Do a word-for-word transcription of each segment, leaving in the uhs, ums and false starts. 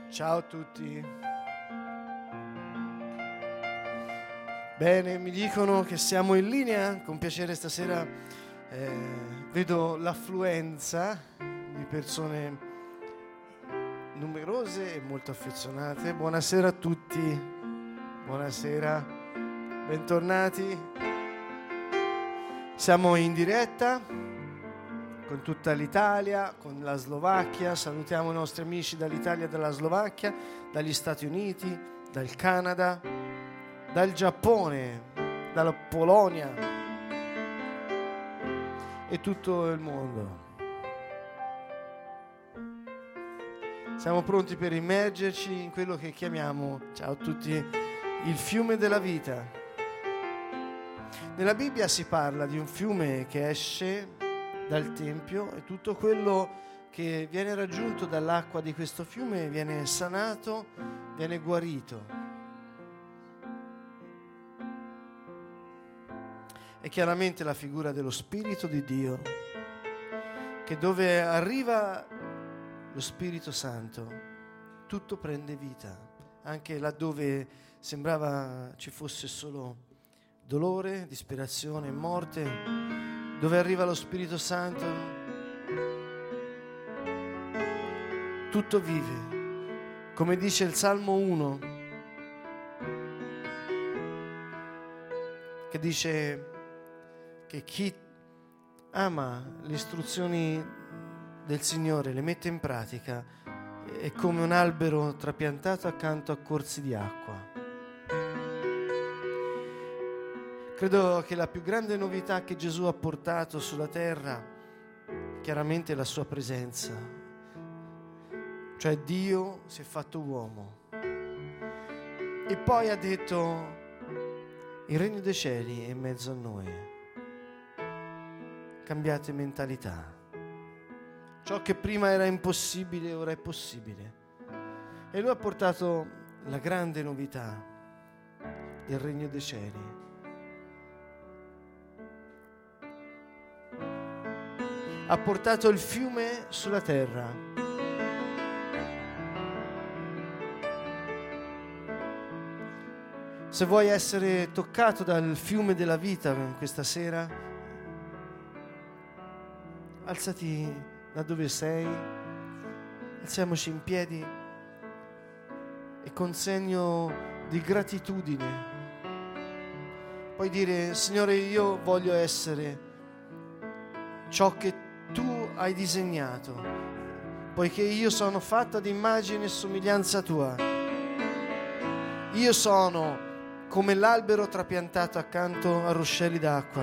Ciao a tutti. Bene, mi dicono che siamo in linea, con piacere stasera eh, vedo l'affluenza di persone numerose e molto affezionate. Buonasera a tutti, buonasera, bentornati. Siamo in diretta con tutta l'Italia, con la Slovacchia. Salutiamo i nostri amici dall'Italia e dalla Slovacchia, dagli Stati Uniti, dal Canada, dal Giappone, dalla Polonia e tutto il mondo. Siamo pronti per immergerci in quello che chiamiamo, ciao a tutti, il fiume della vita. Nella Bibbia si parla di un fiume che esce dal Tempio e tutto quello che viene raggiunto dall'acqua di questo fiume viene sanato, viene guarito. È chiaramente la figura dello Spirito di Dio, che dove arriva lo Spirito Santo tutto prende vita, anche laddove sembrava ci fosse solo dolore, disperazione e morte. Dove arriva lo Spirito Santo tutto vive, come dice il Salmo uno, che dice che chi ama le istruzioni del Signore, le mette in pratica, è come un albero trapiantato accanto a corsi di acqua. Credo che la più grande novità che Gesù ha portato sulla terra, chiaramente è la sua presenza, cioè Dio si è fatto uomo e poi ha detto: il regno dei cieli è in mezzo a noi, cambiate mentalità, ciò che prima era impossibile ora è possibile. E lui ha portato la grande novità, il regno dei cieli. Ha portato il fiume sulla terra. Se vuoi essere toccato dal fiume della vita questa sera, alzati da dove sei, alziamoci in piedi e con segno di gratitudine puoi dire: Signore, io voglio essere ciò che tu hai disegnato, poiché io sono fatta ad immagine e somiglianza tua. Io sono come l'albero trapiantato accanto a ruscelli d'acqua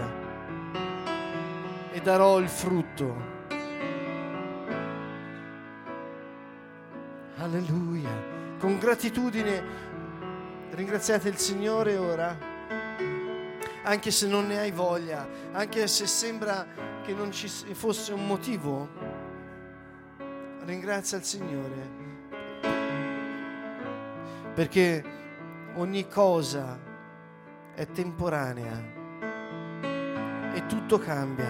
e darò il frutto. Alleluia. Con gratitudine ringraziate il Signore ora, anche se non ne hai voglia, anche se sembra che non ci fosse un motivo. Ringrazia il Signore, perché ogni cosa è temporanea e tutto cambia.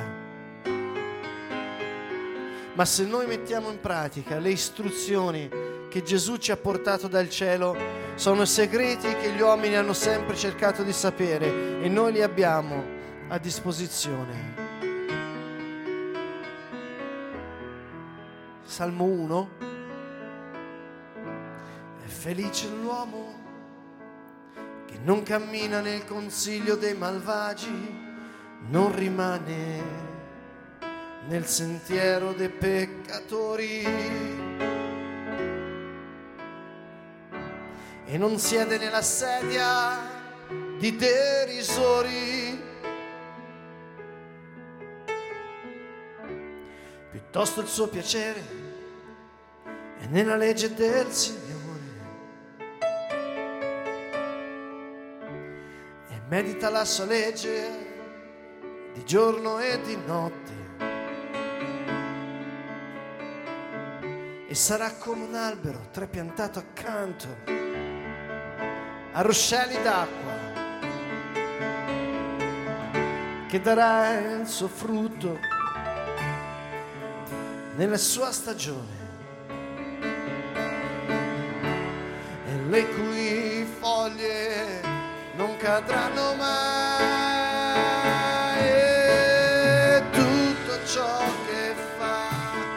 Ma se noi mettiamo in pratica le istruzioni che Gesù ci ha portato dal cielo, sono segreti che gli uomini hanno sempre cercato di sapere e noi li abbiamo a disposizione. Salmo uno. È felice l'uomo che non cammina nel consiglio dei malvagi, non rimane nel sentiero dei peccatori e non siede nella sedia di derisori. Piuttosto il suo piacere è nella legge del Signore e medita la sua legge di giorno e di notte, e sarà come un albero trapiantato accanto a ruscelli d'acqua, che darà il suo frutto nella sua stagione. le cui foglie non cadranno mai, e tutto ciò che fa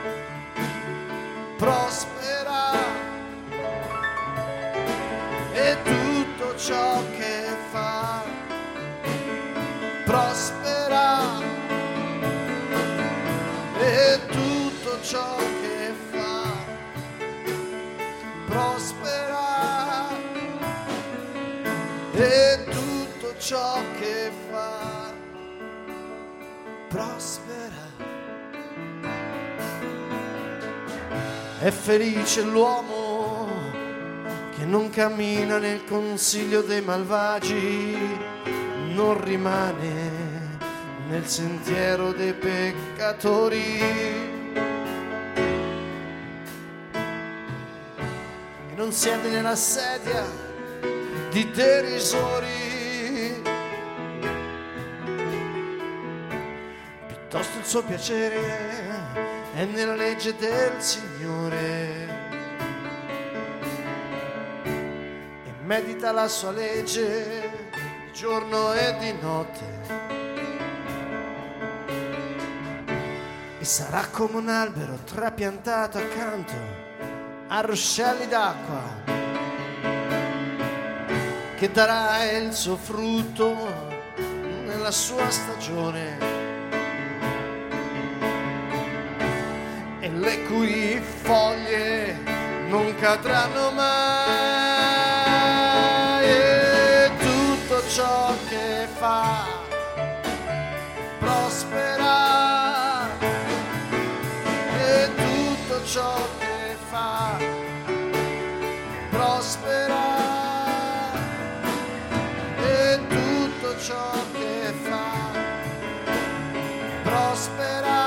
prospera, e tutto ciò che fa prospera, e tutto ciò che fa prospera, e tutto ciò che fa prospera. È felice l'uomo che non cammina nel consiglio dei malvagi, non rimane nel sentiero dei peccatori, e non siede nella sedia di derisori, piuttosto il suo piacere è nella legge del Signore, e medita la sua legge di giorno e di notte, e sarà come un albero trapiantato accanto a ruscelli d'acqua, che darà il suo frutto nella sua stagione, e le cui foglie non cadranno mai, e tutto ciò che fa prospera, e tutto ciò che fa prospera, e tutto ciò che fa prospera,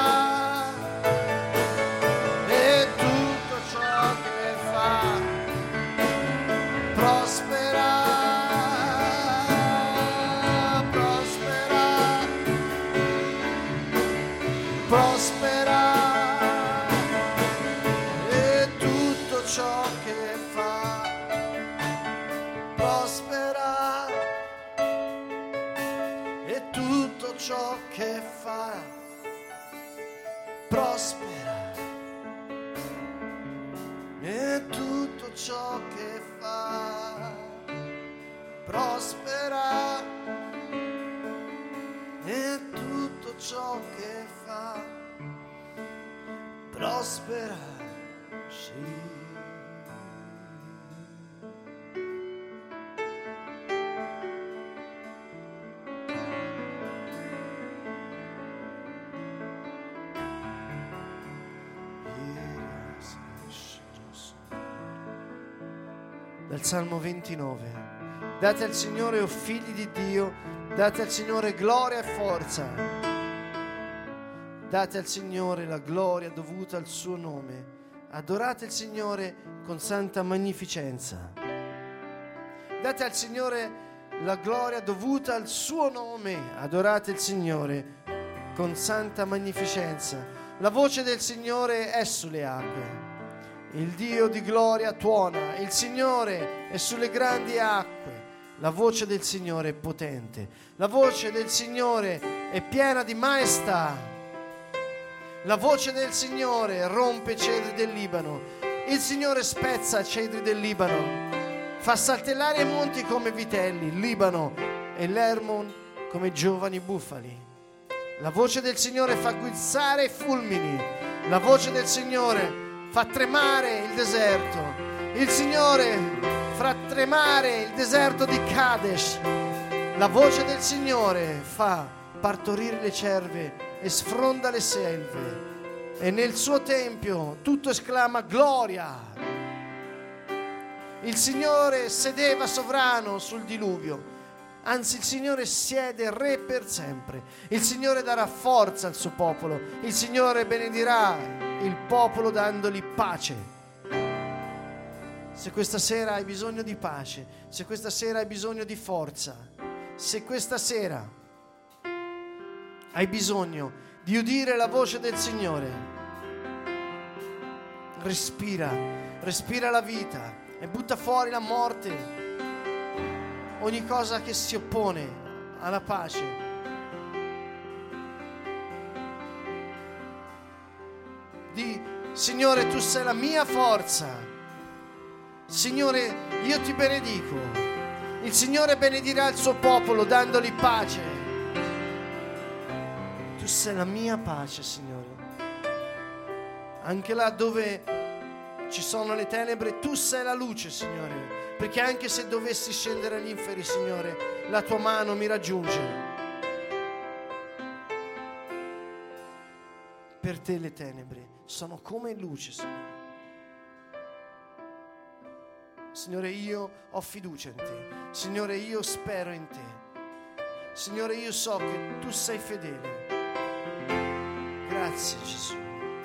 e tutto ciò che fa prospera, prospera, prospera, e tutto ciò che fa prospera, e tutto ciò che fa prospera, e tutto ciò che fa prospera, e tutto ciò che fa prospera, sì. Dal Salmo ventinove. Date al Signore, o figli di Dio, date al Signore gloria e forza. Date al Signore la gloria dovuta al suo nome. Adorate il Signore con santa magnificenza. Date al Signore la gloria dovuta al suo nome. Adorate il Signore con santa magnificenza. La voce del Signore è sulle acque. Il Dio di gloria tuona, il Signore è sulle grandi acque. La voce del Signore è potente, la voce del Signore è piena di maestà. La voce del Signore rompe i cedri del Libano, il Signore spezza i cedri del Libano, fa saltellare i monti come vitelli, il Libano e l'Hermon come giovani bufali. La voce del Signore fa guizzare i fulmini, la voce del Signore fa tremare il deserto. Il Signore fa tremare il deserto di Kadesh. La voce del Signore fa partorire le cerve e sfronda le selve. E nel suo tempio tutto esclama gloria. Il Signore sedeva sovrano sul diluvio. Anzi, il Signore siede re per sempre. Il Signore darà forza al suo popolo. Il Signore benedirà il popolo dandogli pace. Se questa sera hai bisogno di pace, se questa sera hai bisogno di forza, se questa sera hai bisogno di udire la voce del Signore, respira, respira la vita, e butta fuori la morte, ogni cosa che si oppone alla pace. Di Signore, tu sei la mia forza. Signore, io ti benedico. Il Signore benedirà il suo popolo dandogli pace. Tu sei la mia pace, Signore. Anche là dove ci sono le tenebre, tu sei la luce, Signore. Perché anche se dovessi scendere agli inferi, Signore, la tua mano mi raggiunge. Per te le tenebre sono come luce, Signore. Signore, io ho fiducia in te. Signore, io spero in te. Signore, io so che tu sei fedele. Grazie, Gesù.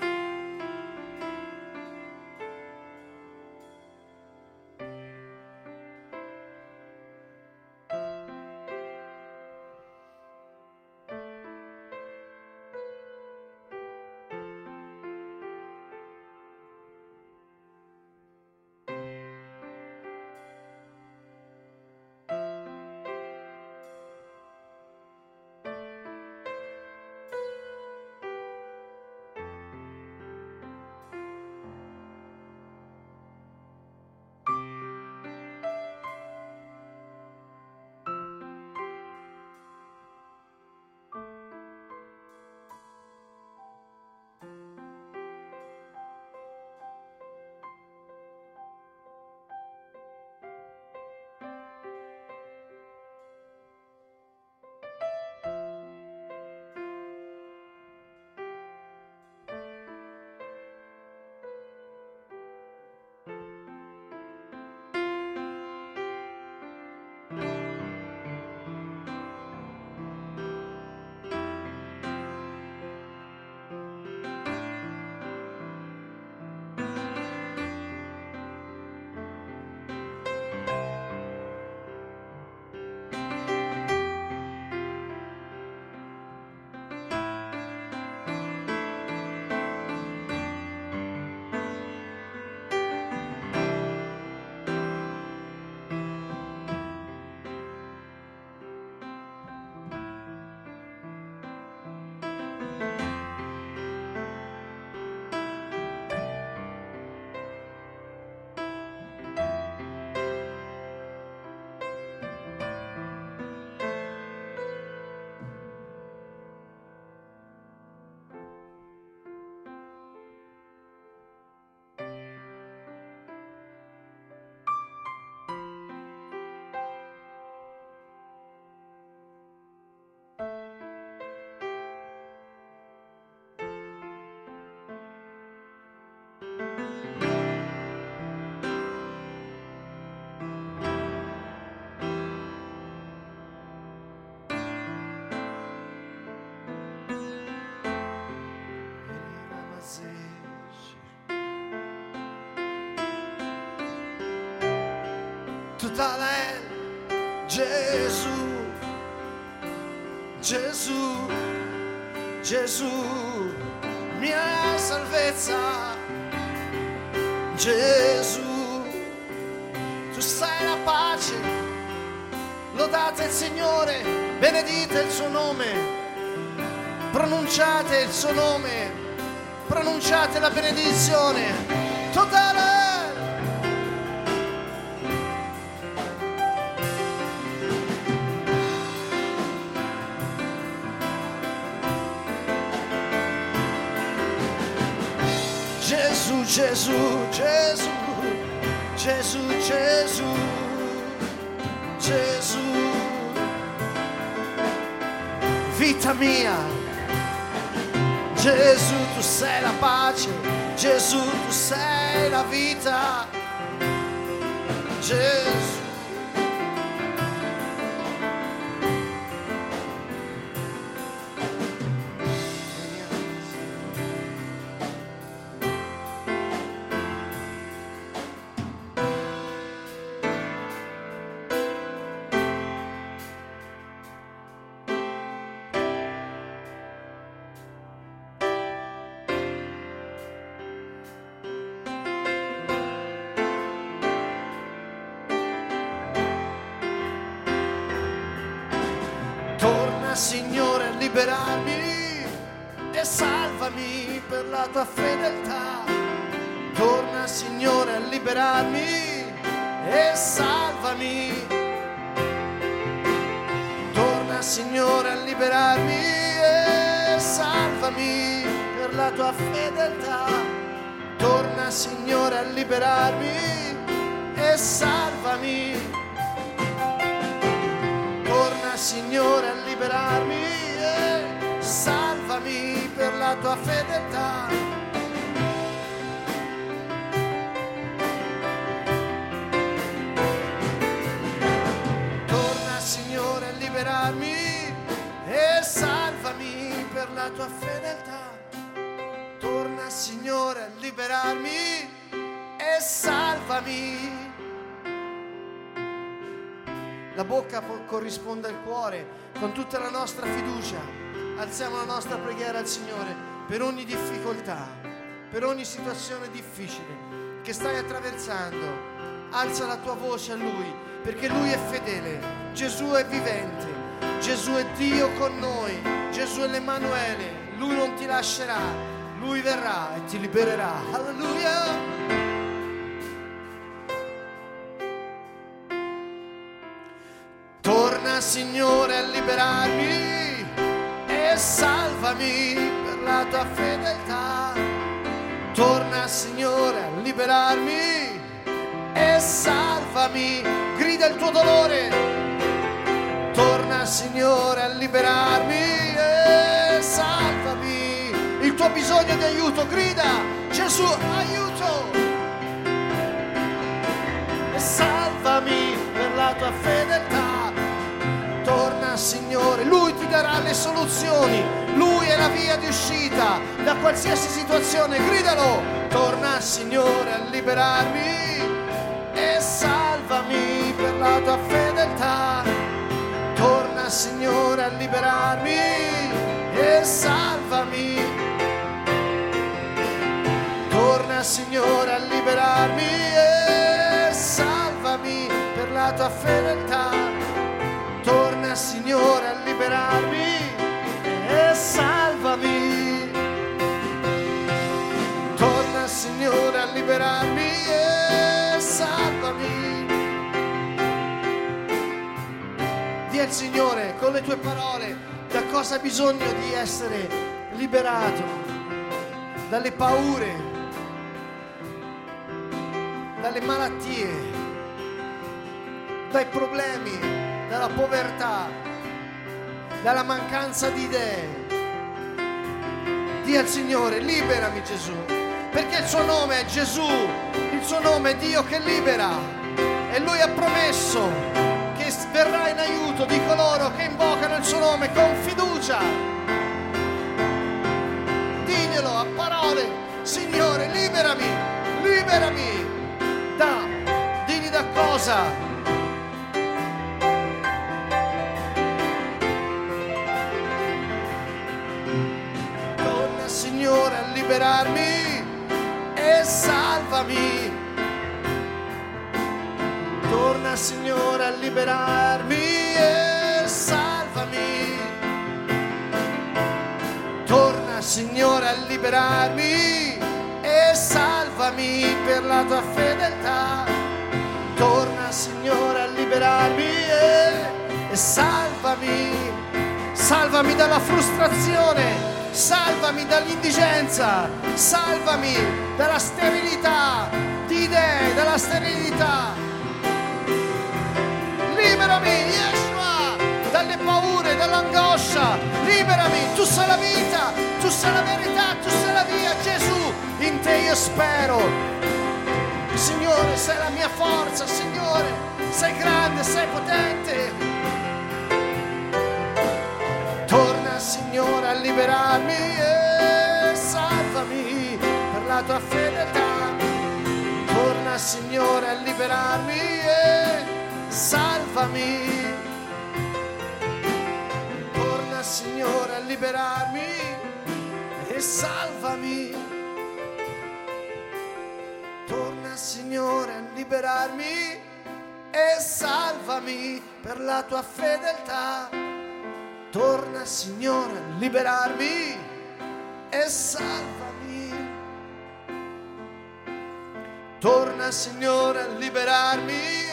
Talent, Gesù, Gesù, Gesù, mia salvezza, Gesù, tu sei la pace, lodate il Signore, benedite il suo nome, pronunciate il suo nome, pronunciate la benedizione totale. Gesù, Gesù, Gesù, Gesù, Gesù, Gesù, vita mia, Gesù, tu sei la pace, Gesù, tu sei la vita, Gesù. liberarmi e salvami per la tua fedeltà. Torna, Signore, a liberarmi e salvami. Torna, Signore, a liberarmi e salvami per la tua fedeltà. Torna, Signore, a liberarmi e salvami. Torna, Signore, a liberarmi e salvami per la tua fedeltà. Torna, Signore, a liberarmi e salvami per la tua fedeltà. Torna, Signore, a liberarmi e salvami. La bocca corrisponde al cuore. Con tutta la nostra fiducia alziamo la nostra preghiera al Signore per ogni difficoltà, per ogni situazione difficile che stai attraversando. Alza la tua voce a Lui, perché Lui è fedele. Gesù è vivente, Gesù è Dio con noi, Gesù è l'Emanuele. Lui non ti lascerà, Lui verrà e ti libererà. Alleluia. Torna, Signore, a liberarmi e salvami per la tua fedeltà. Torna, Signore, a liberarmi e salvami. Grida il tuo dolore. Torna, Signore, a liberarmi e salvami. Il tuo bisogno di aiuto, grida: Gesù, aiuto! E salvami per la tua fedeltà. Torna, Signore, Lui ti darà le soluzioni, Lui è la via di uscita da qualsiasi situazione. Gridalo: torna, Signore, a liberarmi e salvami per la tua fedeltà. Torna, Signore, a liberarmi e salvami. Torna, Signore, a liberarmi e salvami per la tua fedeltà. Torna, Signore, a liberarmi e salvami. Torna, Signore, a liberarmi e salvami. Dì al Signore con le tue parole da cosa hai bisogno di essere liberato: dalle paure, dalle malattie, dai problemi, dalla povertà, dalla mancanza di idee. Dì al Signore: liberami, Gesù, perché il suo nome è Gesù, il suo nome è Dio che libera, e Lui ha promesso che verrà in aiuto di coloro che invocano il suo nome con fiducia. Diglielo a parole: Signore, liberami, liberami da, digli da cosa? Signore, a liberarmi e salvami. Torna, Signore, a liberarmi e salvami. Torna, Signore, a liberarmi e salvami per la tua fedeltà. Torna, Signore, a liberarmi e, e salvami. Salvami dalla frustrazione. Salvami dall'indigenza, salvami dalla sterilità di idee, dalla sterilità. Liberami, Yeshua, dalle paure, dall'angoscia. Liberami, tu sei la vita, tu sei la verità, tu sei la via. Gesù, in te io spero. Signore, sei la mia forza, Signore, sei grande, sei potente. Torna, Signore, a liberarmi e salvami per la tua fedeltà. Torna, Signore, a liberarmi e salvami. Torna, Signore, a liberarmi e salvami. Torna, Signore, a liberarmi e salvami per la tua fedeltà. Torna, Signore, a liberarmi e salvami. Torna, Signore, a liberarmi